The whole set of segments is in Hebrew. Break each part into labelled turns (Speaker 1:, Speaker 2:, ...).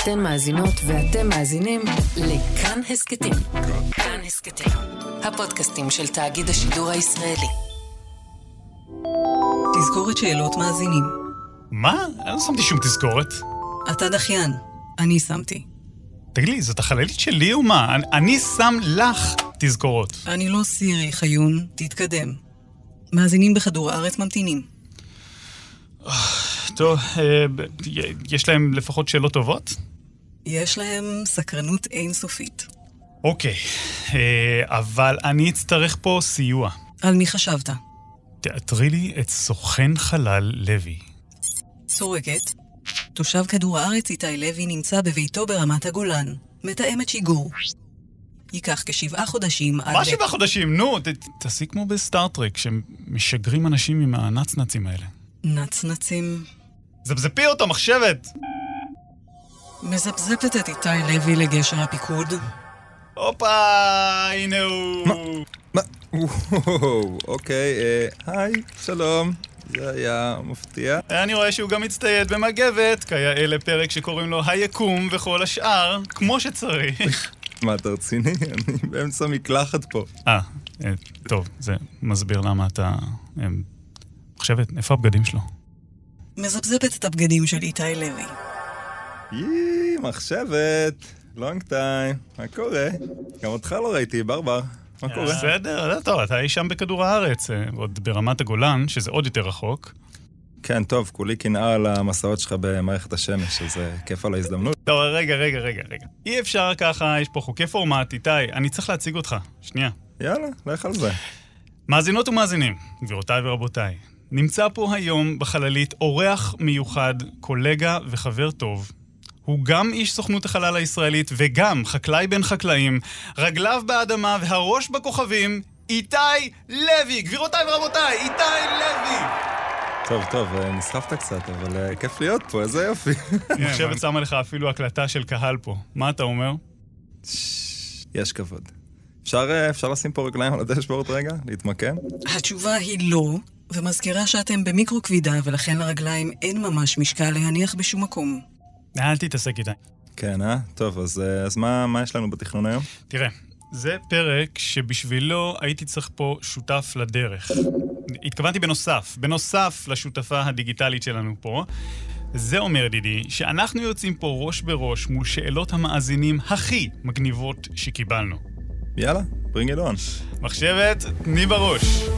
Speaker 1: אתן מאזינות ואתם מאזינים לכאן הסקטים. כאן הסקטים, הפודקאסטים של תאגיד השידור הישראלי. תזכורת שאלות מאזינים.
Speaker 2: מה? אני לא שמתי שום תזכורת.
Speaker 1: אתה דחיין, אני שמתי.
Speaker 2: תגיד לי, זאת החללית שלי או מה? אני שם לך תזכורות.
Speaker 1: אני לא סירי, חיון, תתקדם. מאזינים בכדור הארץ ממתינים.
Speaker 2: טוב, יש להם לפחות שאלות טובות?
Speaker 1: יש להם סקרנות אינסופית.
Speaker 2: אוקיי, אבל אני אצטרך פה סיוע.
Speaker 1: על מי חשבת?
Speaker 2: תאתרי לי את סוכן חלל לוי.
Speaker 1: צורקת. תושב כדור הארץ איתי לוי נמצא בביתו ברמת הגולן. מתאמת שיגור. ייקח כ7 חודשים עד...
Speaker 2: מה 7 חודשים? נו, תעשי כמו בסטארטרק, שמשגרים אנשים עם הנצנצים האלה.
Speaker 1: נצנצים...
Speaker 2: זפזפי אותו, מחשבת!
Speaker 1: מזפזפת את איתי לוי לגשר הפיקוד.
Speaker 2: הופה, הנה הוא.
Speaker 3: מה? אוקיי, היי, שלום. זה היה מפתיע.
Speaker 2: אני רואה שהוא גם מצטייד במגבת, כיאה לפרק שקוראים לו היקום וכל השאר, כמו שצריך.
Speaker 3: מה, אתה רציני? אני באמצע מקלחת פה.
Speaker 2: טוב, זה מסביר למה אתה... מחשבת, איפה הבגדים שלו?
Speaker 1: מזפזפת את הבגדים של איתי לוי.
Speaker 3: מחשבת, לונג טיים, מה קורה? גם אותך לא ראיתי, ברבר. מה קורה?
Speaker 2: בסדר, טוב, אתה אי שם בכדור הארץ, עוד ברמת הגולן, שזה עוד יותר רחוק.
Speaker 3: כן, טוב, כולי קנאה על המסעות שלך במערכת השמש, אז כיף על ההזדמנות.
Speaker 2: טוב, רגע. אי אפשר ככה, יש פה חוקי פורמט, איתי, אני צריך להציג אותך. שנייה.
Speaker 3: יאללה, לך על זה.
Speaker 2: מאזינות ומאזינים, גבירותיי ורבותיי, נמצא פה היום בחללית אורח מיוחד, קולגה וחבר טוב. הוא גם איש סוכנות החלל הישראלית וגם חקלאי בין חקלאים, רגליו באדמה והראש בכוכבים, איתי לוי. גבירותיי ורבותיי, איתי לוי.
Speaker 3: טוב, נסחפת קצת, אבל כיף להיות פה, איזה יופי.
Speaker 2: אני חושבת שמה לך אפילו הקלטה של קהל פה. מה אתה אומר?
Speaker 3: יש כבוד. אפשר לשים פה רגליים על הדשבורד רגע? להתמקם?
Speaker 1: התשובה היא לא, ומזכירה שאתם במיקרו כבידה, ולכן לרגליים אין ממש משקל להניח בשום מקום.
Speaker 2: אל תתעסק איתי.
Speaker 3: כן, טוב, אז מה יש לנו בתכנון היום?
Speaker 2: תראה, זה פרק שבשבילו הייתי צריך פה שותף לדרך. התכוונתי בנוסף לשותפה הדיגיטלית שלנו פה. זה אומר, דידי, שאנחנו יוצאים פה ראש בראש מול שאלות המאזינים הכי מגניבות שקיבלנו.
Speaker 3: יאללה, bring it on.
Speaker 2: מחשבת, תני בראש.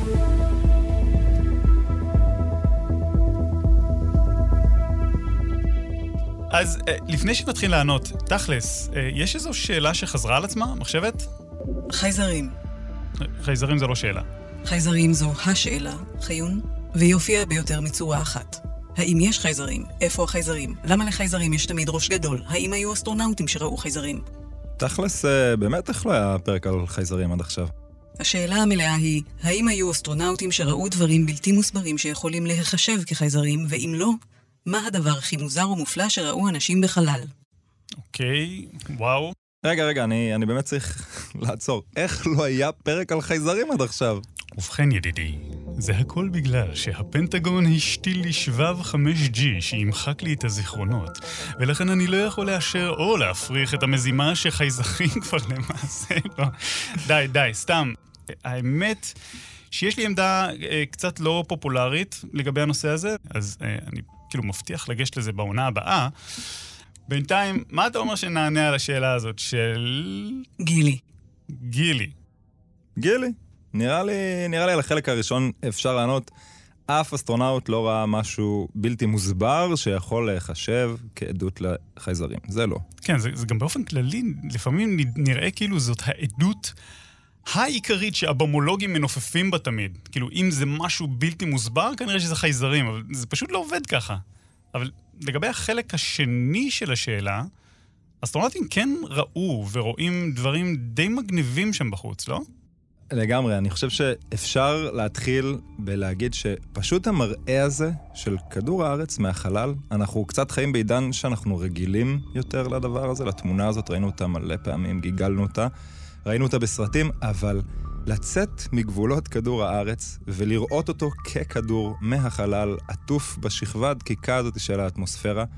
Speaker 2: אז לפני שנתחיל לענות, תכלס, יש איזו שאלה שחזרה על עצמה, מחשבת?
Speaker 1: חייזרים.
Speaker 2: חייזרים זה לא שאלה.
Speaker 1: חייזרים זו השאלה, חיון, והיא הופיעה ביותר מצורה אחת. האם יש חייזרים? איפה החייזרים? למה לחייזרים יש תמיד ראש גדול? האם היו אסטרונאוטים שראו חייזרים?
Speaker 3: תכלס, באמת איך לא היה פרק על חייזרים עד עכשיו?
Speaker 1: השאלה המלאה היא, האם היו אסטרונאוטים שראו דברים בלתי מוסברים שיכולים להיחשב כחייזרים, ואם לא, מה הדבר הכי מוזר ומופלא שראו אנשים בחלל?
Speaker 2: אוקיי, וואו.
Speaker 3: רגע, אני באמת צריך לעצור. איך לא היה פרק על חייזרים עד עכשיו?
Speaker 2: ובכן ידידי, זה הכל בגלל שהפנטגון השתיל לי שבב 5G שימחק לי את הזיכרונות, ולכן אני לא יכול לאשר או להפריך את המזימה שחייזרים כבר למעשה לא. די, סתם. האמת שיש לי עמדה קצת לא פופולרית לגבי הנושא הזה, אז אני כאילו מבטיח לגשת לזה בעונה הבאה. בינתיים, מה אתה אומר שנענה על השאלה הזאת של... גילי.
Speaker 3: נראה לי על החלק הראשון אפשר לענות, אף אסטרונאוט לא ראה משהו בלתי מוסבר שיכול להיחשב כעדות לחייזרים. זה לא.
Speaker 2: כן, זה גם באופן כללי, לפעמים נראה כאילו זאת העדות העיקרית שהבמולוגים מנופפים בה תמיד. כאילו, אם זה משהו בלתי מוסבר, כנראה שזה חייזרים, אבל זה פשוט לא עובד ככה. אבל לגבי החלק השני של השאלה, אסטרונאוטים כן ראו ורואים דברים די מגניבים שם בחוץ, לא?
Speaker 3: לגמרי, אני חושב שאפשר להתחיל בלהגיד שפשוט המראה הזה של כדור הארץ מהחלל, אנחנו קצת חיים בעידן שאנחנו רגילים יותר לדבר הזה, לתמונה הזאת, ראינו אותה מלא פעמים, גיגלנו אותה, ראינו אותה בסרטים, אבל לצאת מגבולות כדור הארץ ולראות אותו ככדור מהחלל, עטוף בשכבה הדקיקה הזאת של האטמוספירה,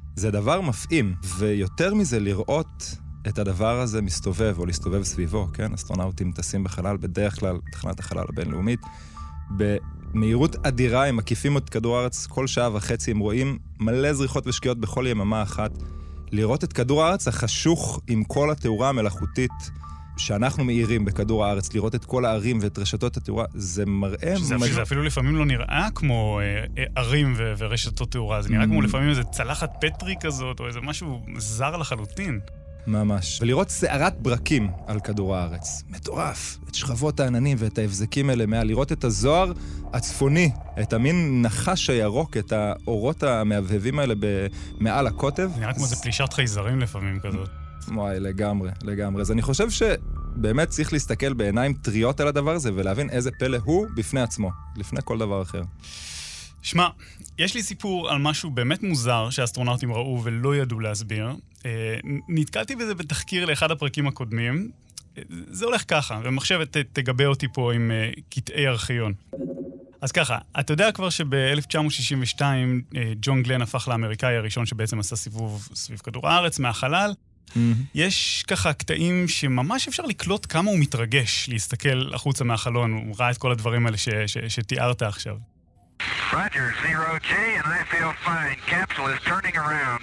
Speaker 3: זה דבר מפעים, ויותר מזה לראות את הדבר הזה מסתובב או להסתובב סביבו, כן? אסטרונאוטים טסים בחלל, בדרך כלל תחנת החלל הבינלאומית, במהירות אדירה הם מקיפים את כדור הארץ כל שעה וחצי, הם רואים מלא זריחות ושקיעות בכל יממה אחת. לראות את כדור הארץ החשוך עם כל התאורה המלאכותית שאנחנו מאירים בכדור הארץ, לראות את כל הערים ואת רשתות התאורה, זה מראה...
Speaker 2: זה אפילו לפעמים לא נראה כמו ערים ורשתות תאורה, זה נראה כמו לפעמים איזה צלחת פטרי כזאת, או איזה משהו זר לחלוטין.
Speaker 3: ממש. ולראות שערת ברקים על כדור הארץ. מטורף. את שכבות העננים ואת ההבזקים האלה מעל. לראות את הזוהר הצפוני, את המין נחש הירוק, את האורות המהבהבים האלה מעל הקוטב.
Speaker 2: זה נראה כמו איזה פלישת חייזרים לפעמים כזאת.
Speaker 3: וואי, לגמרי, לגמרי. אז אני חושב שבאמת צריך להסתכל בעיניים טריות על הדבר הזה, ולהבין איזה פלא הוא בפני עצמו, לפני כל דבר אחר.
Speaker 2: שמע, יש לי סיפור על משהו באמת מוזר שהאסטרונאוטים ראו ולא ידעו להסביר. נתקלתי בזה בתחקיר לאחד הפרקים הקודמים. זה הולך ככה, ומחשבת תגבה אותי פה עם קטעי ארכיון. אז ככה, אתה יודע כבר שב-1962 ג'ון גלן הפך לאמריקאי הראשון שבעצם עשה סיבוב סביב כדור הארץ מהחלל. יש ככה קטעים שממש אפשר לקלוט כמה הוא מתרגש להסתכל החוצה מהחלון. הוא ראה את כל הדברים האלה שתיארת עכשיו.
Speaker 4: Roger, 0G, and I feel fine. Capsule is turning around.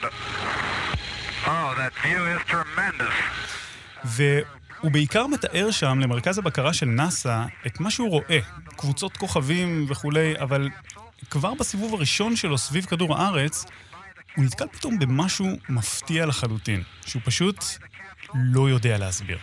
Speaker 4: Oh, that view is tremendous.
Speaker 2: והוא בעיקר מתאר שם למרכז הבקרה של נאסא את מה שהוא רואה, קבוצות כוכבים וכולי, אבל כבר בסיבוב הראשון שלו סביב כדור הארץ, הוא נתקל פתאום במשהו מפתיע לחלוטין, שהוא פשוט לא יודע להסביר.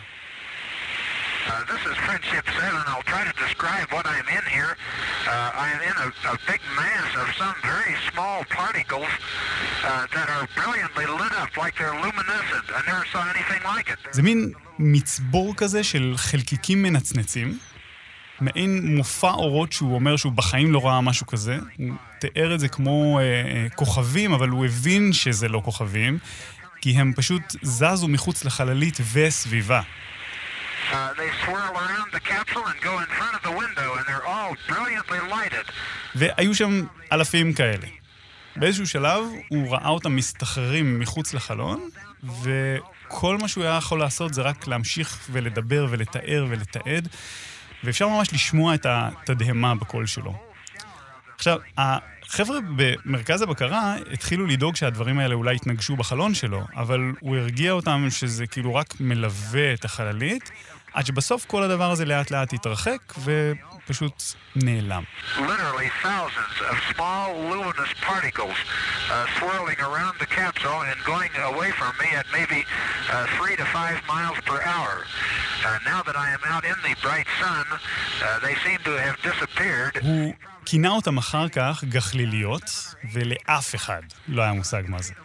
Speaker 4: This is Friendship 7. I'll try to describe what I'm in here. I am in a big mass of some very small particles that are brilliantly lit up like they're luminescent. I never saw anything like it.
Speaker 2: זה מין מצבור כזה של חלקיקים מנצנצים, מעין מופע אורות שהוא אומר שהוא בחיים לא ראה משהו כזה. הוא תיאר את זה כמו כוכבים, אבל הוא הבין שזה לא כוכבים, כי הם פשוט זזו מחוץ לחללית וסביבה.
Speaker 4: They swirl around the capsule and go in front of the window, and they're all brilliantly lighted.
Speaker 2: והיו שם אלפים כאלה. באיזשהו שלב הוא ראה אותם מסתחררים מחוץ לחלון, וכל מה שהוא היה יכול לעשות זה רק להמשיך ולדבר ולתאר ולתעד, ואפשר ממש לשמוע את התדהמה בקול שלו. עכשיו, החבר'ה במרכז הבקרה התחילו לדאוג שהדברים האלה אולי יתנגשו בחלון שלו, אבל הוא הרגיע אותם שזה כאילו רק מלווה את החללית, עד שבסוף כל הדבר הזה לאט לאט התרחק ופשוט נעלם.
Speaker 4: Literally thousands of small luminous particles swirling around the capsule and going away from me at maybe 3 to 5 miles per hour. Now that I am out in the bright sun, they seem to have disappeared.
Speaker 2: הוא כינה אותם אחר כך גחליליות, ולאף אחד לא היה מושג מה זה.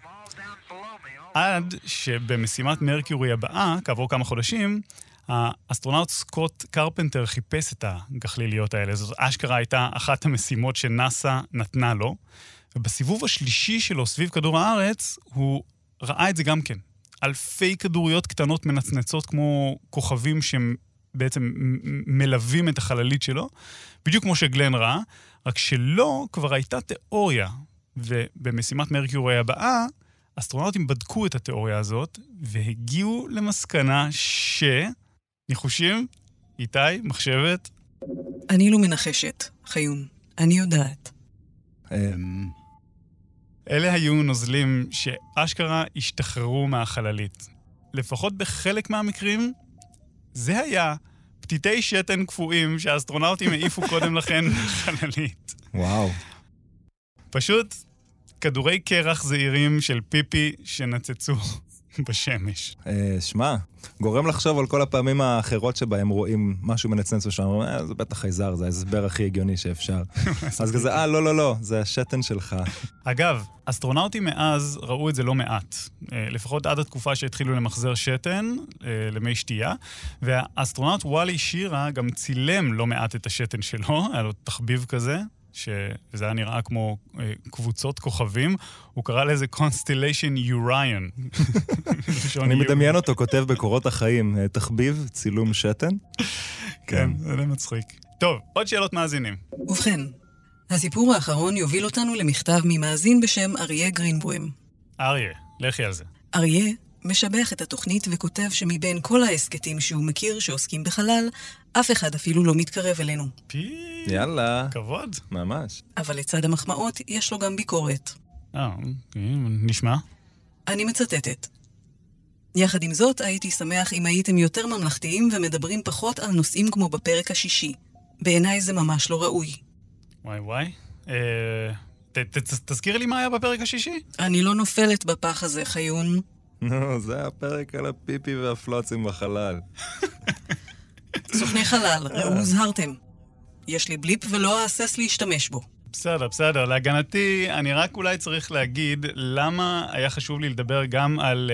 Speaker 2: עד שבמשימת מרקיורי הבאה, כעבור כמה חודשים, האסטרונאוט סקוט קרפנטר חיפש את הגחליליות האלה. זאת אשכרה הייתה אחת המשימות שנאסא נתנה לו, ובסיבוב השלישי שלו סביב כדור הארץ, הוא ראה את זה גם כן. אלפי כדוריות קטנות מנצנצות כמו כוכבים שהם בעצם מלווים את החללית שלו, בדיוק כמו שגלן ראה, רק שלא כבר הייתה תיאוריה, ובמשימת מרקיורי הבאה, אסטרונאוטים בדקו את התיאוריה הזאת, והגיעו למסקנה ניחושים, איתי, מחשבת?
Speaker 1: אני לא מנחשת, חיון. אני יודעת.
Speaker 2: אלה היו נוזלים שאשכרה השתחררו מהחללית. לפחות בחלק מהמקרים, זה היה פתיתי שתן קפואים שהאסטרונאוטים העיפו קודם לכן חללית.
Speaker 3: וואו.
Speaker 2: פשוט כדורי קרח זעירים של פיפי שנצצו בשמש.
Speaker 3: שמע, גורם לחשוב על כל הפעמים האחרות שבהם רואים משהו מנצנץ ושם, זה בטח חייזר, זה ההסבר הכי הגיוני שאפשר. אז כזה, לא, זה השתן שלך.
Speaker 2: אגב, אסטרונאוטים מאז ראו את זה לא מעט. לפחות עד התקופה שהתחילו למחזר שתן למי שתייה, והאסטרונאוט וואלי שירה גם צילם לא מעט את השתן שלו, היה לו תחביב כזה, שזה היה נראה כמו קבוצות כוכבים, הוא קרא לזה Constellation Orion.
Speaker 3: אני מדמיין אותו, כותב בקורות החיים, תחביב, צילום שתן.
Speaker 2: כן, זה די מצחיק. טוב, עוד שאלות מאזינים.
Speaker 1: ובכן, הסיפור האחרון יוביל אותנו למכתב ממאזין בשם אריה גרינבוים.
Speaker 2: אריה, לכי על זה.
Speaker 1: אריה משבח את התוכנית וכותב שמבין כל העסקטים שהוא מכיר שעוסקים בחלל, אף אחד אפילו לא מתקרב אלינו.
Speaker 3: יאללה.
Speaker 2: כבוד.
Speaker 3: ממש.
Speaker 1: אבל לצד המחמאות יש לו גם ביקורת.
Speaker 2: נשמע?
Speaker 1: אני מצטטת. יחד עם זאת, הייתי שמח אם הייתם יותר ממלכתיים ומדברים פחות על נושאים כמו בפרק השישי. בעיניי זה ממש לא ראוי.
Speaker 2: וואי. תזכירי לי מה היה בפרק השישי?
Speaker 1: אני לא נופלת בפח הזה, חיון.
Speaker 3: זה הפרק על הפיפי והפלוצים בחלל.
Speaker 1: סוכני חלל, ראו הוזהרתם. יש לי בליפ ולא אעסס להשתמש בו.
Speaker 2: בסדר. להגנתי, אני רק אולי צריך להגיד למה היה חשוב לי לדבר גם על...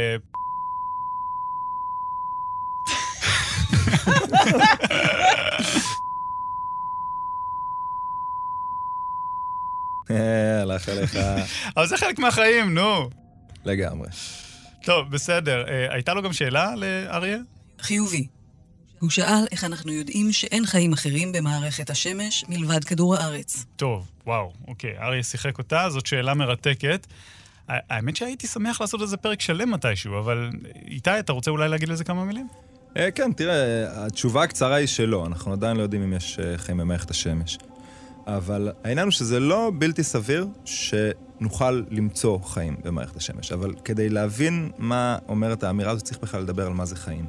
Speaker 3: הלך עליך.
Speaker 2: אבל זה חלק מהחיים, נו.
Speaker 3: לגמרי.
Speaker 2: טוב, בסדר. הייתה לו גם שאלה לאריה?
Speaker 1: חיובי. הוא שאל איך אנחנו יודעים שאין חיים אחרים במערכת השמש מלבד כדור הארץ.
Speaker 2: טוב, וואו, אוקיי. אריה שיחק אותה, זאת שאלה מרתקת. האמת שהייתי שמח לעשות איזה פרק שלם מתישהו, אבל איתי, אתה רוצה אולי להגיד לזה כמה מילים?
Speaker 3: כן, תראה, התשובה הקצרה היא שלא. אנחנו עדיין לא יודעים אם יש חיים במערכת השמש. אבל העניין הוא שזה לא בלתי סביר שנוכל למצוא חיים במערכת השמש. אבל כדי להבין מה אומרת האמירה הזאת, צריך בכלל לדבר על מה זה חיים.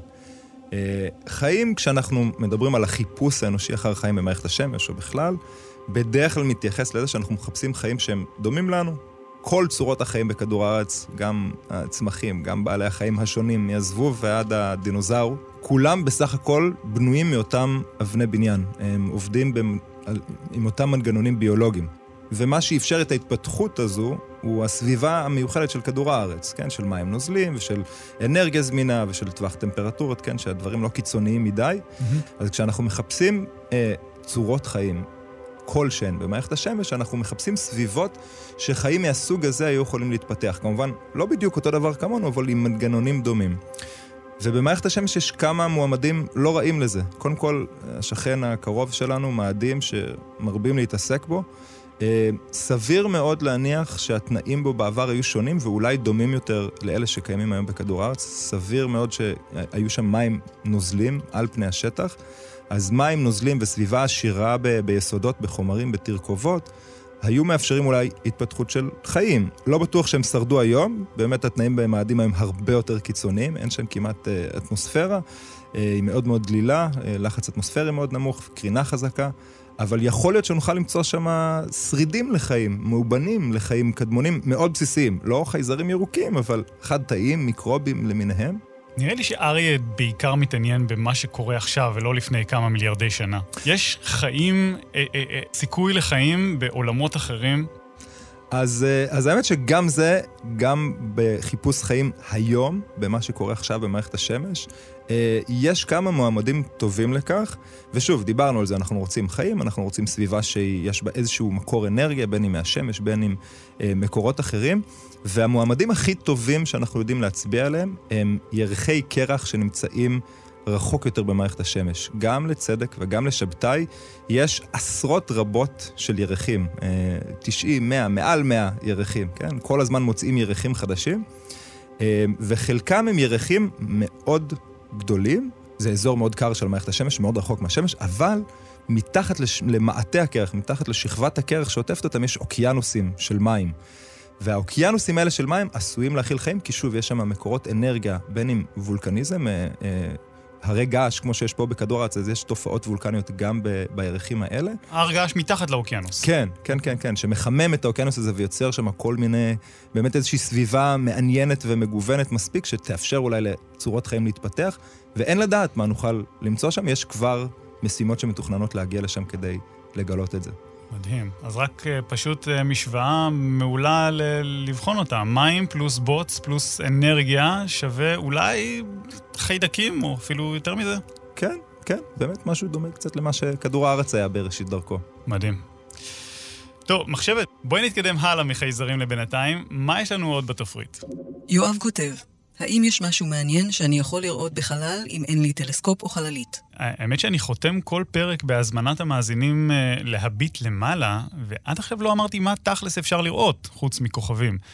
Speaker 3: חיים, כשאנחנו מדברים על החיפוש האנושי אחר חיים במערכת השמש, או בכלל, בדרך כלל מתייחס לזה שאנחנו מחפשים חיים שהם דומים לנו. כל צורות החיים בכדור הארץ, גם הצמחים, גם בעלי החיים השונים, מהזבוב ועד הדינוזאור, כולם בסך הכל בנויים מאותם אבני בניין. הם עובדים עם אותם מנגנונים ביולוגיים. ומה שאפשר את ההתפתחות הזו, הוא הסביבה המיוחדת של כדור הארץ, כן? של מים נוזלים ושל אנרגיה זמינה ושל טווח טמפרטורות, כן? שהדברים לא קיצוניים מדי. אז כשאנחנו מחפשים צורות חיים כלשהן במערכת השמש, אנחנו מחפשים סביבות שחיים מהסוג הזה היו יכולים להתפתח. כמובן, לא בדיוק אותו דבר כמונו, אבל עם מנגנונים דומים. ובמערכת השמש יש כמה מועמדים לא רעים לזה. קודם כל, השכן הקרוב שלנו, מאדים שמרבים להתעסק בו, סביר מאוד להניח שהתנאים בו בעבר היו שונים ואולי דומים יותר לאלה שקיימים היום בכדור הארץ. סביר מאוד שהיו שם מים נוזלים על פני השטח. אז מים נוזלים וסביבה עשירה ביסודות, בחומרים, בתרכובות, היו מאפשרים אולי התפתחות של חיים. לא בטוח שהם שרדו היום, באמת התנאים במאדים הם הרבה יותר קיצוניים, אין שם כמעט אטמוספירה, היא מאוד מאוד דלילה, לחץ אטמוספרי מאוד נמוך, קרינה חזקה, אבל יכול להיות שנוכל למצוא שם שרידים לחיים, מאובנים לחיים קדמונים מאוד בסיסיים, לא חייזרים ירוקים, אבל חד-תאיים, מיקרובים למיניהם.
Speaker 2: נראה לי שאריה בעיקר מתעניין במה שקורה עכשיו ולא לפני כמה מיליארדי שנה. יש חיים, סיכוי לחיים בעולמות אחרים?
Speaker 3: אז האמת שגם זה, גם בחיפוש חיים היום, במה שקורה עכשיו במערכת השמש, יש כמה מועמדים טובים לכך, ושוב, דיברנו על זה, אנחנו רוצים חיים, אנחנו רוצים סביבה שיש בה איזשהו מקור אנרגיה, בין אם מהשמש, בין אם מקורות אחרים, והמועמדים הכי טובים שאנחנו יודעים להצביע עליהם, הם ירחי קרח שנמצאים רחוק יותר במערכת השמש. גם לצדק וגם לשבתאי יש עשרות רבות של ירחים, 90, 100, מעל 100 ירחים, כן? כל הזמן מוצאים ירחים חדשים, וחלקם הם ירחים מאוד גדולים, זה אזור מאוד קר של מערכת השמש, מאוד רחוק מהשמש, אבל מתחת למעטה הקרח, מתחת לשכבת הקרח שעוטפת אותם, יש אוקיינוסים של מים. והאוקיינוסים האלה של מים עשויים להכיל חיים, כי שוב, יש שם מקורות אנרגיה, בין אם וולקניזם, הרי געש, כמו שיש פה בכדור הארץ, אז יש תופעות וולקניות גם בירחים האלה.
Speaker 2: הר געש מתחת לאוקיינוס.
Speaker 3: כן, שמחמם את האוקיינוס הזה ויוצר שם כל מיני, באמת איזושהי סביבה מעניינת ומגוונת מספיק, שתאפשר אולי לצורות חיים להתפתח, ואין לדעת מה נוכל למצוא שם, יש כבר משימות שמתוכננות להגיע לשם כדי לגלות את זה.
Speaker 2: מדהים. אז רק פשוט משוואה מעולה לבחון אותה. מים פלוס בוץ פלוס אנרגיה שווה אולי חיידקים או אפילו יותר מזה.
Speaker 3: כן, באמת משהו דומה קצת למה שכדור הארץ היה בראשית דרכו.
Speaker 2: מדהים. טוב, מחשבת, בואי נתקדם הלאה מחייזרים לבינתיים. מה יש לנו עוד בתפריט?
Speaker 1: יואב כותב, האם יש משהו מעניין שאני יכול לראות בחלל אם אין לי טלסקופ או חללית?
Speaker 2: האמת שאני חותם כל פרק בהזמנת המאזינים להביט למעלה, ועד עכשיו לא אמרתי מה תכלס אפשר לראות, חוץ מכוכבים.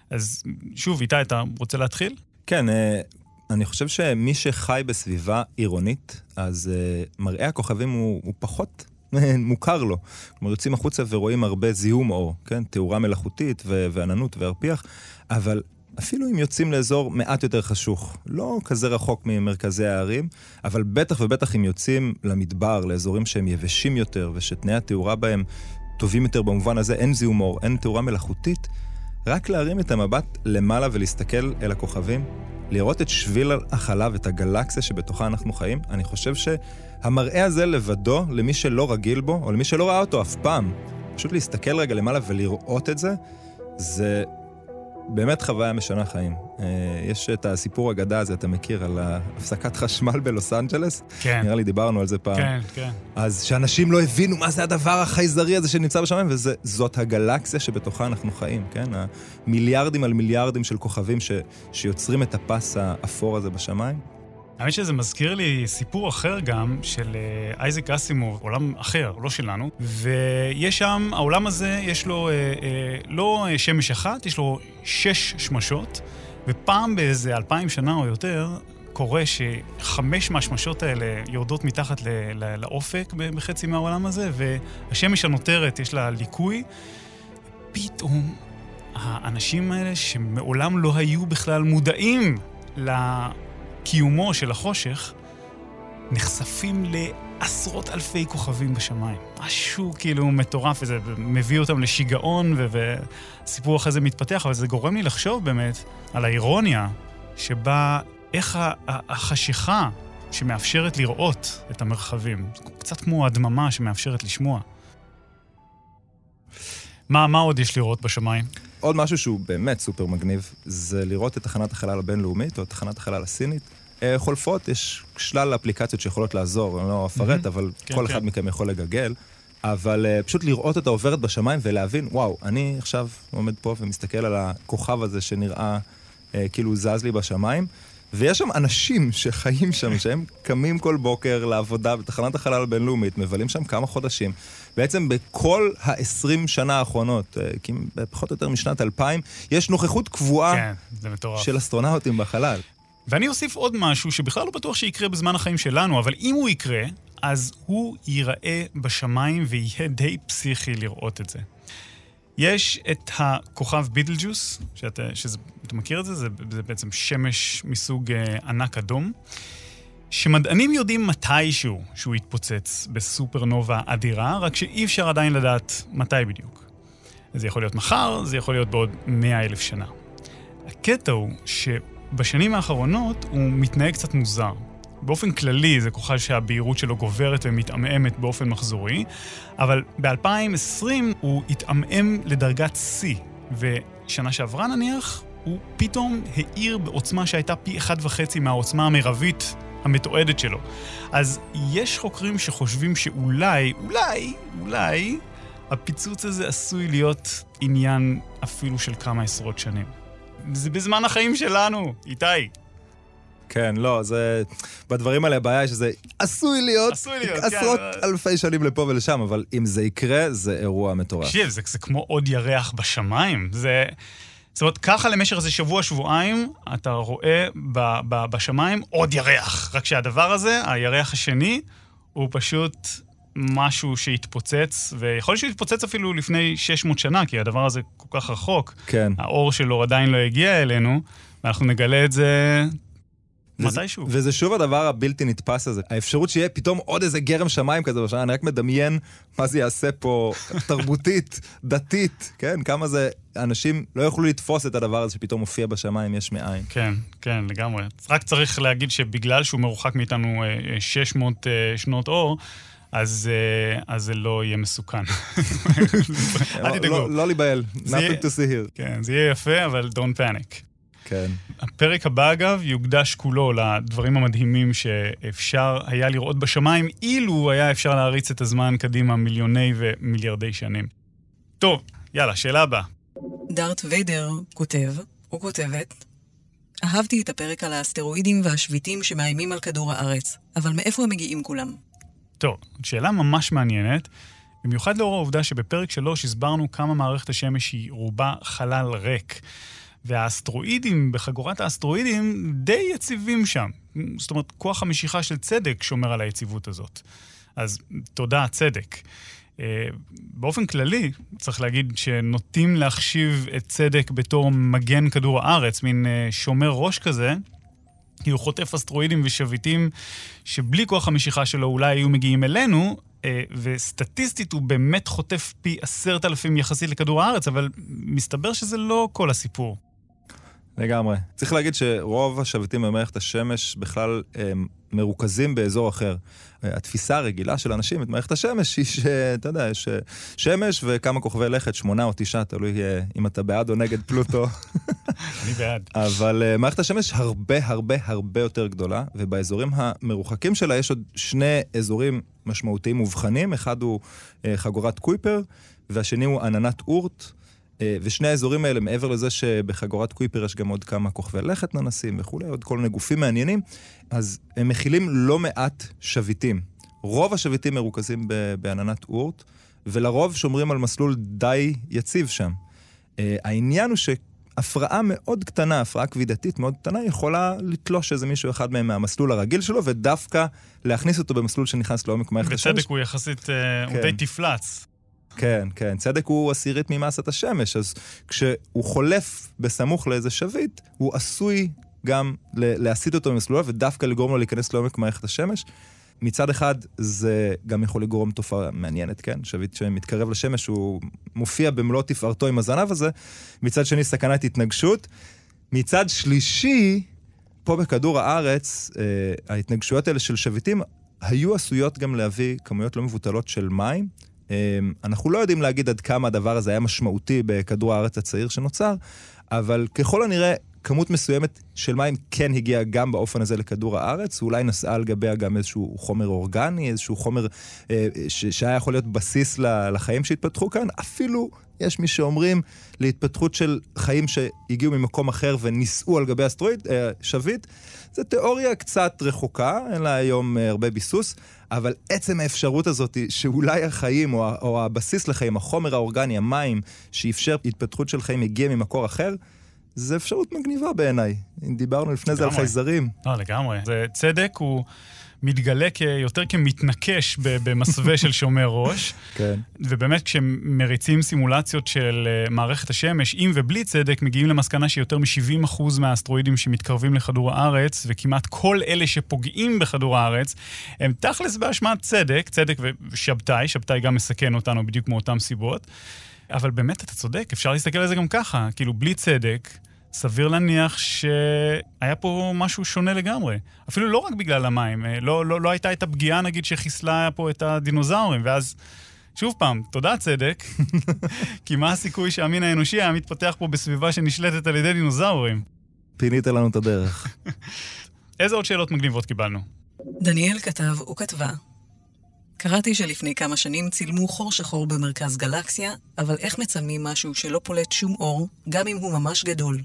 Speaker 2: אז שוב, איתי, אתה רוצה להתחיל?
Speaker 3: כן, אני חושב שמי שחי בסביבה עירונית, אז מראה הכוכבים הוא פחות מוכר לו. כלומר, יוצאים החוצה ורואים הרבה זיהום אור, כן? תאורה מלאכותית ועננות והרפיח, אבל אפילו אם יוצאים לאזור מעט יותר חשוך, לא כזה רחוק ממרכזי הערים, אבל בטח ובטח אם יוצאים למדבר, לאזורים שהם יבשים יותר, ושתנאי התאורה בהם טובים יותר במובן הזה, אין זיהום אור, אין תאורה מלאכותית, רק להרים את המבט למעלה ולהסתכל אל הכוכבים, לראות את שביל החלב, את הגלקסיה שבתוכה אנחנו חיים, אני חושב שהמראה הזה לבדו, למי שלא רגיל בו, או למי שלא ראה אותו אף פעם, פשוט להסתכל רגע למעלה ולראות את זה, זה באמת חוויה משנה חיים. יש את הסיפור הגדה הזה, אתה מכיר, על הפסקת חשמל בלוס אנג'לס?
Speaker 2: כן.
Speaker 3: נראה לי דיברנו על זה פעם.
Speaker 2: כן, כן.
Speaker 3: אז שאנשים לא הבינו מה זה הדבר החייזרי הזה שנמצא בשמיים, וזאת הגלקסיה שבתוכה אנחנו חיים, כן? המיליארדים על מיליארדים של כוכבים שיוצרים את הפס האפור הזה בשמיים.
Speaker 2: האמת שזה מזכיר לי סיפור אחר גם של אייזק אסימוב, עולם אחר, לא שלנו, ויש שם, העולם הזה יש לו לא שמש אחת, יש לו 6 שמשות, ופעם באיזה 2000 שנה או יותר, קורה ש5 מהשמשות האלה יורדות מתחת לאופק בחצי מהעולם הזה, והשמש הנותרת יש לה ליקוי, פתאום האנשים האלה שמעולם לא היו בכלל מודעים קיומו של החושך, נחשפים לעשרות אלפי כוכבים בשמיים. משהו כאילו מטורף, וזה מביא אותם לשיגעון, והסיפור אחרי זה מתפתח, אבל זה גורם לי לחשוב באמת על האירוניה, שבה איך החשיכה שמאפשרת לראות את המרחבים, קצת כמו הדממה שמאפשרת לשמוע. מה עוד יש לראות בשמיים?
Speaker 3: עוד משהו שהוא באמת סופר מגניב, זה לראות את תחנת החלל הבינלאומית, או תחנת החלל הסינית. חולפות, יש שלל אפליקציות שיכולות לעזור, אני לא אפרט, אבל כל אחד מכם יכול לגגל, אבל פשוט לראות אותה עוברת בשמיים ולהבין, וואו, אני עכשיו עומד פה ומסתכל על הכוכב הזה שנראה כאילו זז לי בשמיים, ויש שם אנשים שחיים שם, שהם קמים כל בוקר לעבודה בתחנת החלל הבינלאומית, מבלים שם כמה חודשים. בעצם בכל ה-20 שנה האחרונות, פחות או יותר משנת 2000, יש נוכחות קבועה של אסטרונאוטים בחלל.
Speaker 2: ואני אוסיף עוד משהו שבכלל לא בטוח שיקרה בזמן החיים שלנו, אבל אם הוא יקרה, אז הוא ייראה בשמיים ויהיה די פסיכי לראות את זה. יש את הכוכב ביטלג'וס, שאתה מכיר את זה? זה בעצם שמש מסוג ענק אדום, שמדענים יודעים מתישהו שהוא יתפוצץ בסופרנובה אדירה, רק שאי אפשר עדיין לדעת מתי בדיוק. זה יכול להיות מחר, זה יכול להיות בעוד 100,000 שנה. הקטע הוא שבשנים האחרונות הוא מתנהג קצת מוזר. באופן כללי זה כוכב שהבהירות שלו גוברת ומתעמעמת באופן מחזורי, אבל ב-2020 הוא התעמעם לדרגת C, ושנה שעברה נניח הוא פתאום האיר בעוצמה שהייתה פי 1.5 מהעוצמה המרבית המתועדת שלו. אז יש חוקרים שחושבים שאולי הפיצוץ הזה עשוי להיות עניין אפילו של כמה עשרות שנים. זה בזמן החיים שלנו, איתי.
Speaker 3: כן, לא, זה... בדברים האלה הבעיה היא שזה עשוי להיות עשרות אלפי שנים לפה ולשם, אבל אם זה יקרה, זה אירוע מטורף.
Speaker 2: תקשיב, זה כמו עוד ירח בשמיים. זאת אומרת, ככה למשך איזה שבוע-שבועיים, אתה רואה בשמיים עוד ירח. רק שהדבר הזה, הירח השני, הוא פשוט משהו שהתפוצץ, ויכול להיות שהוא התפוצץ אפילו לפני 600 שנה, כי הדבר הזה כל כך רחוק.
Speaker 3: כן.
Speaker 2: האור שלו עדיין לא הגיע אלינו, ואנחנו נגלה את זה מתישהו.
Speaker 3: וזה שוב הדבר הבלתי נתפס הזה. האפשרות שיהיה פתאום עוד איזה גרם שמיים כזה בשנה, אני רק מדמיין מה זה יעשה פה תרבותית, דתית, כן? כמה זה, אנשים לא יוכלו לתפוס את הדבר הזה שפתאום מופיע בשמיים יש מאין.
Speaker 2: כן, כן, לגמרי. רק צריך להגיד שבגלל שהוא מרוחק מאיתנו 600 שנות אור, אז זה לא יהיה מסוכן. אל תדאגו.
Speaker 3: לא להיבהל, nothing to see here.
Speaker 2: כן, זה יהיה יפה, אבל don't panic.
Speaker 3: כן.
Speaker 2: הפרק הבא, אגב, יוקדש כולו לדברים המדהימים שאפשר היה לראות בשמיים, אילו היה אפשר להריץ את הזמן קדימה מיליוני ומיליארדי שנים. טוב, יאללה, שאלה הבאה.
Speaker 1: דארת ויידר כותב, או כותבת, אהבתי את הפרק על האסטרואידים והשביטים שמאיימים על כדור הארץ, אבל מאיפה הם מגיעים כולם?
Speaker 2: טוב, שאלה ממש מעניינת, במיוחד לאור העובדה שבפרק 3 הסברנו כמה מערכת השמש היא רובה חלל ריק. והאסטרואידים, בחגורת האסטרואידים, די יציבים שם. זאת אומרת, כוח המשיכה של צדק שומר על היציבות הזאת. אז תודה, צדק. באופן כללי, צריך להגיד שנוטים להחשיב את צדק בתור מגן כדור הארץ, מין שומר ראש כזה, כי הוא חוטף אסטרואידים ושביטים שבלי כוח המשיכה שלו אולי היו מגיעים אלינו, וסטטיסטית הוא באמת חוטף פי 10,000 יחסית לכדור הארץ, אבל מסתבר שזה לא כל הסיפור.
Speaker 3: לגמרי. צריך להגיד שרוב השביטים במערכת השמש בכלל מרוכזים באזור אחר. התפיסה הרגילה של אנשים את מערכת השמש היא שאתה יודע, יש שמש וכמה כוכבי לכת, 8 או 9, תלוי אם אתה בעד או נגד פלוטו.
Speaker 2: אני בעד.
Speaker 3: אבל מערכת השמש הרבה יותר גדולה, ובאזורים המרוחקים שלה יש עוד שני אזורים משמעותיים מובחנים, אחד הוא חגורת קויפר, והשני הוא עננת אורט, ושני האזורים האלה, מעבר לזה שבחגורת קויפר יש גם עוד כמה כוכבי לכת ננסים וכו', עוד כל מיני גופים מעניינים, אז הם מכילים לא מעט שביטים. רוב השביטים מרוכזים בעננת אורט, ולרוב שומרים על מסלול די יציב שם. העניין הוא שהפרעה מאוד קטנה, הפרעה כבידתית מאוד קטנה, יכולה לתלוש איזה מישהו אחד מהם מהמסלול הרגיל שלו, ודווקא להכניס אותו במסלול שנכנס לעומק מערכת השמש.
Speaker 2: וצדק הוא יחסית, הוא די תפלץ.
Speaker 3: כן, כן. צדק הוא עשירית ממסת השמש, אז כשהוא חולף בסמוך לאיזה שביט, הוא עשוי גם להסיט אותו במסלולה, ודווקא לגרום לו להיכנס לעומק מערכת השמש. מצד אחד, זה גם יכול לגרום תופעה מעניינת, כן? שביט שמתקרב לשמש, הוא מופיע במלוא תפארתו עם הזנב הזה. מצד שני, סכנת התנגשות. מצד שלישי, פה בכדור הארץ, ההתנגשויות האלה של שביטים, היו עשויות גם להביא כמויות לא מבוטלות של מים. אנחנו לא יודעים להגיד עד כמה הדבר הזה היה משמעותי בכדור הארץ הצעיר שנוצר, אבל ככל הנראה כמות מסוימת של מים כן הגיעה גם באופן הזה לכדור הארץ, ואולי נסעה על גביה גם איזשהו חומר אורגני, איזשהו חומר שהיה יכול להיות בסיס לחיים שהתפתחו כאן. אפילו יש מי שאומרים להתפתחות של חיים שהגיעו ממקום אחר וניסעו על גבי שביט. זו תיאוריה קצת רחוקה, אין לה היום הרבה ביסוס, אבל עצם האפשרות הזאת שאולי החיים או הבסיס לחיים, החומר האורגני, המים, שאפשר התפתחות של חיים הגיע ממקור אחר, זה אפשרות מגניבה בעיניי. אם דיברנו לפני זה על חייזרים.
Speaker 2: לגמרי. זה צדק, הוא מתגלה יותר כמתנקש במסווה של שומר ראש.
Speaker 3: כן.
Speaker 2: ובאמת כשמריצים סימולציות של מערכת השמש, עם ובלי צדק, מגיעים למסקנה שיותר מ-70% מהאסטרואידים שמתקרבים לכדור הארץ, וכמעט כל אלה שפוגעים בכדור הארץ, הם תכלס באשמת צדק, צדק ושבתאי, שבתאי גם מסכן אותנו בדיוק מאותם סיבות. אבל באמת אתה צודק, אפשר להסתכל על זה גם ככה, כאילו בלי צדק, סביר להניח שהיה פה משהו שונה לגמרי. אפילו לא רק בגלל המים, לא הייתה את הפגיעה נגיד שחיסלה פה את הדינוזאורים, ואז שוב פעם, תודה צדק, כי מה הסיכוי שהמין האנושי היה מתפתח פה בסביבה שנשלטת על ידי דינוזאורים?
Speaker 3: פינית לנו את הדרך.
Speaker 2: איזה עוד שאלות מגניבות קיבלנו?
Speaker 1: דניאל כתב וכתבה, קראתי שלפני כמה שנים צילמו חור שחור במרכז גלקסיה, אבל איך מצלמים משהו שלא פולט שום אור, גם אם הוא ממש גדול?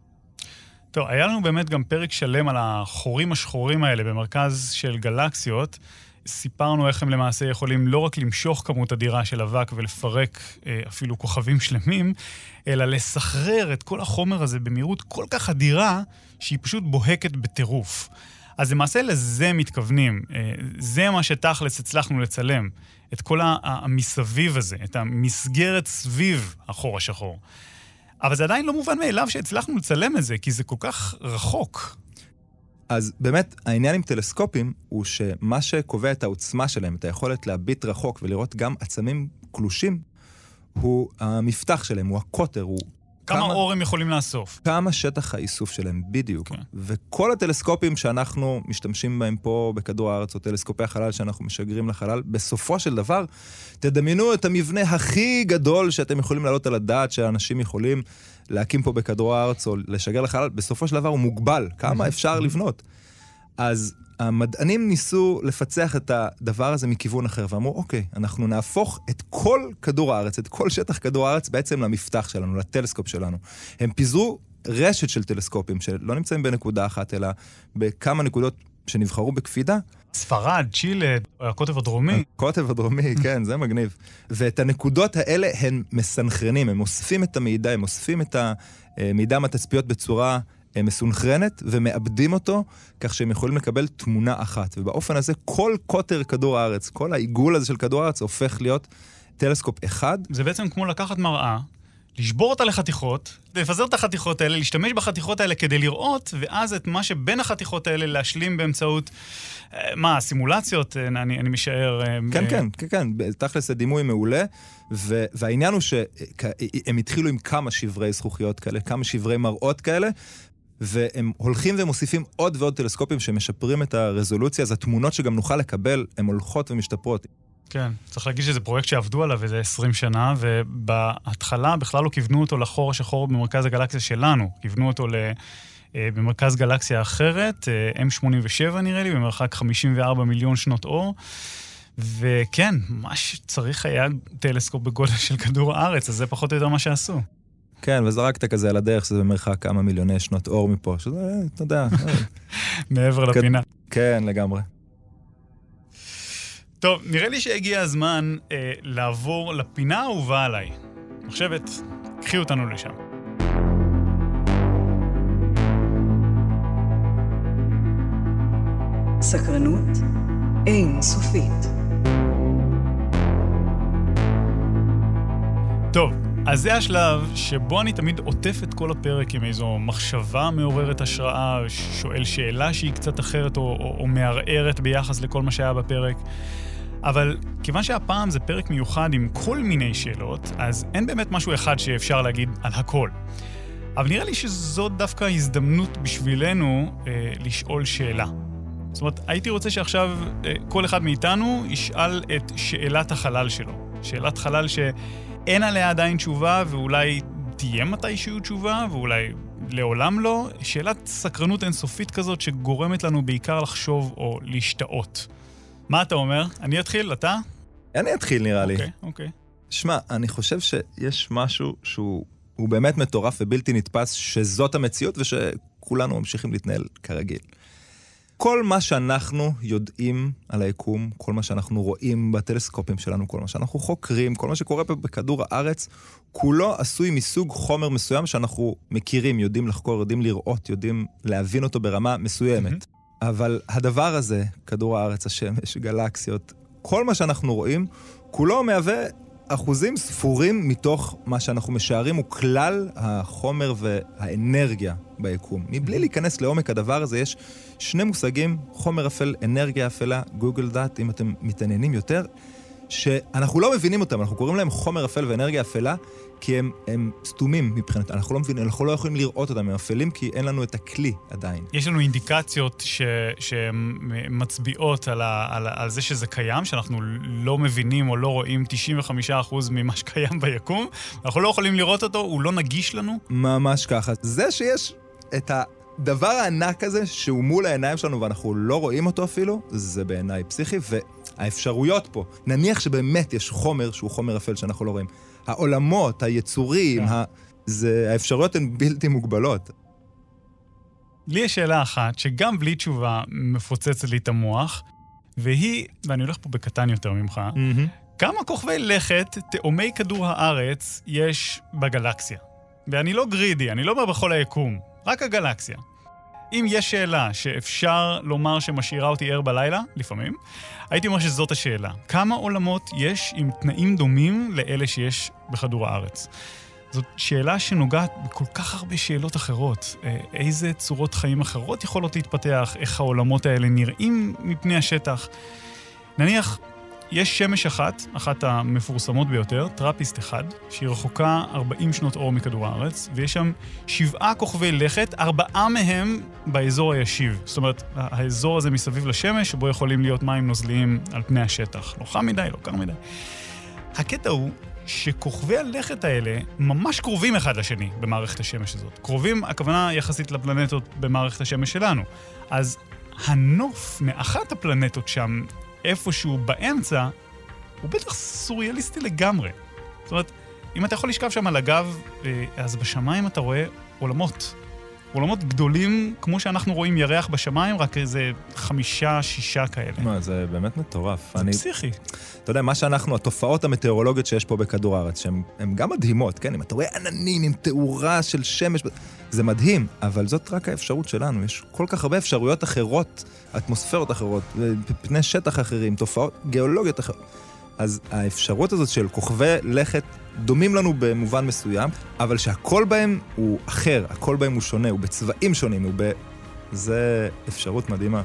Speaker 2: טוב, היה לנו באמת גם פרק שלם על החורים השחורים האלה במרכז של גלקסיות. סיפרנו איך הם למעשה יכולים לא רק למשוך כמות אדירה של אבק ולפרק אפילו כוכבים שלמים, אלא לסחרר את כל החומר הזה במהירות כל כך אדירה, שהיא פשוט בוהקת בטירוף. אז למעשה לזה מתכוונים. זה מה שתכלס הצלחנו לצלם. את כל המסביב הזה, את המסגרת סביב החור השחור. אבל זה עדיין לא מובן מאליו שהצלחנו לצלם את זה, כי זה כל כך רחוק.
Speaker 3: אז באמת, העניין עם טלסקופים הוא שמה שקובע את העוצמה שלהם, את היכולת להביט רחוק ולראות גם עצמים קלושים, הוא המפתח שלהם, הוא הקוטר, הוא
Speaker 2: כמה אור הם יכולים לאסוף.
Speaker 3: כמה שטח האיסוף שלהם, בדיוק. וכל הטלסקופים שאנחנו משתמשים בהם פה בכדור הארץ, או טלסקופי החלל שאנחנו משגרים לחלל, בסופו של דבר, תדמיינו את המבנה הכי גדול שאתם יכולים לעלות על הדעת, שאנשים יכולים להקים פה בכדור הארץ, או לשגר לחלל, בסופו של דבר הוא מוגבל. כמה אפשר לבנות? אז המדענים ניסו לפצח את הדבר הזה מכיוון אחר, ואמרו, אוקיי, אנחנו נהפוך את כל כדור הארץ, את כל שטח כדור הארץ בעצם למפתח שלנו, לטלסקופ שלנו. הם פיזרו רשת של טלסקופים, שלא נמצאים בנקודה אחת, אלא בכמה נקודות שנבחרו בקפידה.
Speaker 2: ספרד, צ'ילה, הקוטב הדרומי.
Speaker 3: הקוטב הדרומי, כן, זה מגניב. ואת הנקודות האלה הם מסנכרנים, הם אוספים את המידע, הם אוספים מידם התצפיות בצורה מסונכרנת, ומאבדים אותו, כך שהם יכולים לקבל תמונה אחת. ובאופן הזה, כל קוטר כדור הארץ, כל העיגול הזה של כדור הארץ, הופך להיות טלסקופ אחד.
Speaker 2: זה בעצם כמו לקחת מראה, לשבור אותה לחתיכות, לפזר את החתיכות האלה, להשתמש בחתיכות האלה כדי לראות, ואז את מה שבין החתיכות האלה להשלים באמצעות, סימולציות, אני משער.
Speaker 3: כן, תכלס זה דימוי מעולה, והעניין הוא שהם התחילו עם כמה שברי זכוכיות כאלה, כמה שברי מראות כאלה, והם הולכים ומוסיפים עוד ועוד טלסקופים שמשפרים את הרזולוציה, אז התמונות שגם נוכל לקבל, הן הולכות ומשתפרות.
Speaker 2: כן, צריך להגיד שזה פרויקט שעבדו עליו איזה 20 שנה, ובהתחלה בכלל לא כיוונו אותו לחור השחור במרכז הגלקסיה שלנו, כיוונו אותו במרכז גלקסיה אחרת, M87 נראה לי, במרחק 54 מיליון שנות אור, וכן, מה שצריך היה טלסקופ בגודל של כדור הארץ, אז זה פחות או יותר מה שעשו.
Speaker 3: כן, וזרקת כזה על הדרך, שזה במרחק כמה מיליוני שנות אור מפה, שזה, אתה יודע.
Speaker 2: מעבר לפינה.
Speaker 3: כן, לגמרי.
Speaker 2: טוב, נראה לי שהגיע הזמן לעבור לפינה האהובה עליי. מחשבת, קחי אותנו לשם.
Speaker 1: סקרנות אין סופית.
Speaker 2: טוב, אז זה השלב שבו אני תמיד עוטף את כל הפרק עם איזו מחשבה מעוררת השראה, שואל שאלה שהיא קצת אחרת או מערערת ביחס לכל מה שהיה בפרק. אבל כיוון שהפעם זה פרק מיוחד עם כל מיני שאלות, אז אין באמת משהו אחד שאפשר להגיד על הכל. אבל נראה לי שזו דווקא הזדמנות בשבילנו לשאול שאלה. זאת אומרת, הייתי רוצה שעכשיו כל אחד מאיתנו ישאל את שאלת החלל שלו. שאלת חלל שאין עליה עדיין תשובה, ואולי תהיה מתישהו תשובה, ואולי לעולם לא. שאלת סקרנות אינסופית כזאת שגורמת לנו בעיקר לחשוב או להשתאות. מה אתה אומר? אני אתחיל, אתה?
Speaker 3: אני אתחיל נראה לי.
Speaker 2: אוקיי.
Speaker 3: שמע, אני חושב שיש משהו שהוא באמת מטורף ובלתי נתפס, שזאת המציאות ושכולנו ממשיכים להתנהל כרגיל. כל מה שאנחנו יודעים על היקום, כל מה שאנחנו רואים בטלסקופים שלנו, כל מה שאנחנו חוקרים, כל מה שקורה פה בכדור הארץ, כולו עשוי מסוג חומר מסוים שאנחנו מכירים, יודעים לחקור, יודעים לראות, יודעים להבין אותו ברמה מסוימת. אבל הדבר הזה, כדור הארץ, השמש, גלקסיות, כל מה שאנחנו רואים, כולו מהווה אחוזים ספורים מתוך מה שאנחנו משערים, הוא כלל החומר והאנרגיה ביקום. מבלי להיכנס לעומק הדבר הזה, יש שני מושגים, חומר אפל, אנרגיה אפלה, גוגל דאט, אם אתם מתעניינים יותר, שאנחנו לא מבינים אותם, אנחנו קוראים להם חומר אפל ואנרגיה אפלה, כי הם סתומים מבחינת, אנחנו לא מבינים, אנחנו לא יכולים לראות אותם, הם אפלים, כי אין לנו את הכלי עדיין.
Speaker 2: יש לנו אינדיקציות שמצביעות על זה שזה קיים, שאנחנו לא מבינים או לא רואים 95% ממה שקיים ביקום, אנחנו לא יכולים לראות אותו, הוא לא נגיש לנו.
Speaker 3: ממש ככה. זה שיש את הדבר הענק הזה, שהוא מול העיניים שלנו ואנחנו לא רואים אותו אפילו, זה בעיניי פסיכי, והאפשרויות פה, נניח שבאמת יש חומר שהוא חומר אפל שאנחנו לא רואים. העולמות, היצורים, האפשרויות הן בלתי מוגבלות.
Speaker 2: לי יש שאלה אחת, שגם בלי תשובה מפוצצת לי את המוח, והיא, ואני הולך פה בקטן יותר ממך, כמה כוכבי לכת תאומי כדור הארץ יש בגלקסיה? ואני לא גרידי, אני לא אומר בכל היקום, רק הגלקסיה. אם יש שאלה שאפשר לומר שמשאירה אותי ער בלילה, לפעמים, הייתי אומר שזאת השאלה. כמה עולמות יש עם תנאים דומים לאלה שיש בכדור הארץ? זאת שאלה שנוגעת בכל כך הרבה שאלות אחרות. איזה צורות חיים אחרות יכולות להתפתח? איך העולמות האלה נראים מפני השטח? נניח, יש שמש אחת המפורסמות ביותר, טראפיסט 1, שהיא רחוקה 40 שנות אור מכדור הארץ, ויש שם 7 כוכבי לכת, 4 מהם באזור הישיב. זאת אומרת, האזור הזה מסביב לשמש, שבו יכולים להיות מים נוזליים על פני השטח. לא חם מדי, לא קר מדי. הקטע הוא שכוכבי הלכת האלה ממש קרובים אחד לשני במערכת השמש הזאת. קרובים, הכוונה יחסית לפלנטות במערכת השמש שלנו. אז הנוף מאחת הפלנטות שם, איפשהו באמצע, הוא בטח סוריאליסטי לגמרי. זאת אומרת, אם אתה יכול לשכב שם על הגב, אז בשמיים אתה רואה עולמות. עולמות גדולים, כמו שאנחנו רואים ירח בשמיים, רק איזה 5-6 כאלה.
Speaker 3: מה, זה באמת מטורף.
Speaker 2: זה פסיכי.
Speaker 3: אתה יודע, מה שאנחנו, התופעות המטאורולוגיות שיש פה בכדור הארץ, שהן גם מדהימות, כן? אם אתה רואה עננים עם תאורה של שמש, זה מדהים, אבל זאת רק האפשרות שלנו. יש כל כך הרבה אפשרויות אחרות, אטמוספירות אחרות, פני שטח אחרים, תופעות גיאולוגיות אחרות. אז האפשרות הזאת של כוכבי לכת דומים לנו במובן מסוים, אבל שהכל בהם הוא אחר, הכל בהם הוא שונה, הוא בצבעים שונים, זה אפשרות מדהימה.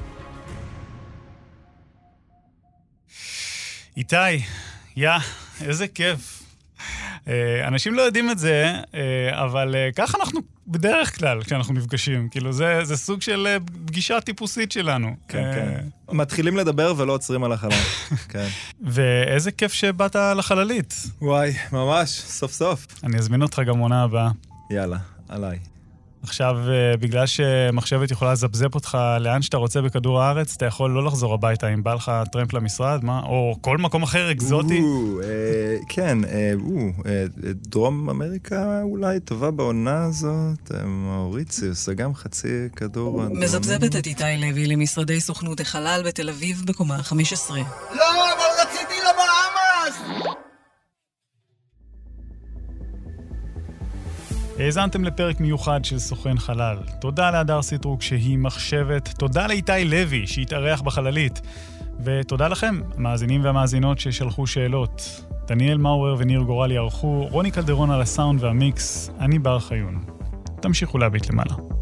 Speaker 2: איתי, איזה כיף. אנשים לא יודעים את זה, אבל ככה אנחנו בדרך כלל כשאנחנו נפגשים. כאילו זה סוג של פגישה טיפוסית שלנו.
Speaker 3: כן, כן. מתחילים לדבר ולא עוצרים על החלל. כן.
Speaker 2: ואיזה כיף שבאת לחללית.
Speaker 3: וואי, ממש, סוף סוף.
Speaker 2: אני אזמין אותך גם עונה הבאה.
Speaker 3: יאללה, עליי.
Speaker 2: עכשיו, בגלל שמחשבת יכולה לזבזב אותך לאן שאתה רוצה בכדור הארץ, אתה יכול לא לחזור הביתה אם בא לך טרמפ למשרד, מה? או כל מקום אחר אקזוטי?
Speaker 3: כן, דרום אמריקה אולי טובה בעונה הזאת, מאוריציוס, זה גם חצי כדור.
Speaker 1: מזבזבת את איתי לוי למשרדי סוכנות החלל בתל אביב בקומה 15.
Speaker 5: לא, אבל רציתי לבאמאס!
Speaker 2: האזנתם לפרק מיוחד של סוכן חלל. תודה להדר סיטרוק שהיא מחשבת, תודה לאיתי לוי שהתארח בחללית, ותודה לכם, המאזינים והמאזינות ששלחו שאלות. דניאל מאואר וניר גורלי ערכו, רוני קלדרון על הסאונד והמיקס, אני בר חיון. תמשיכו להביט למעלה.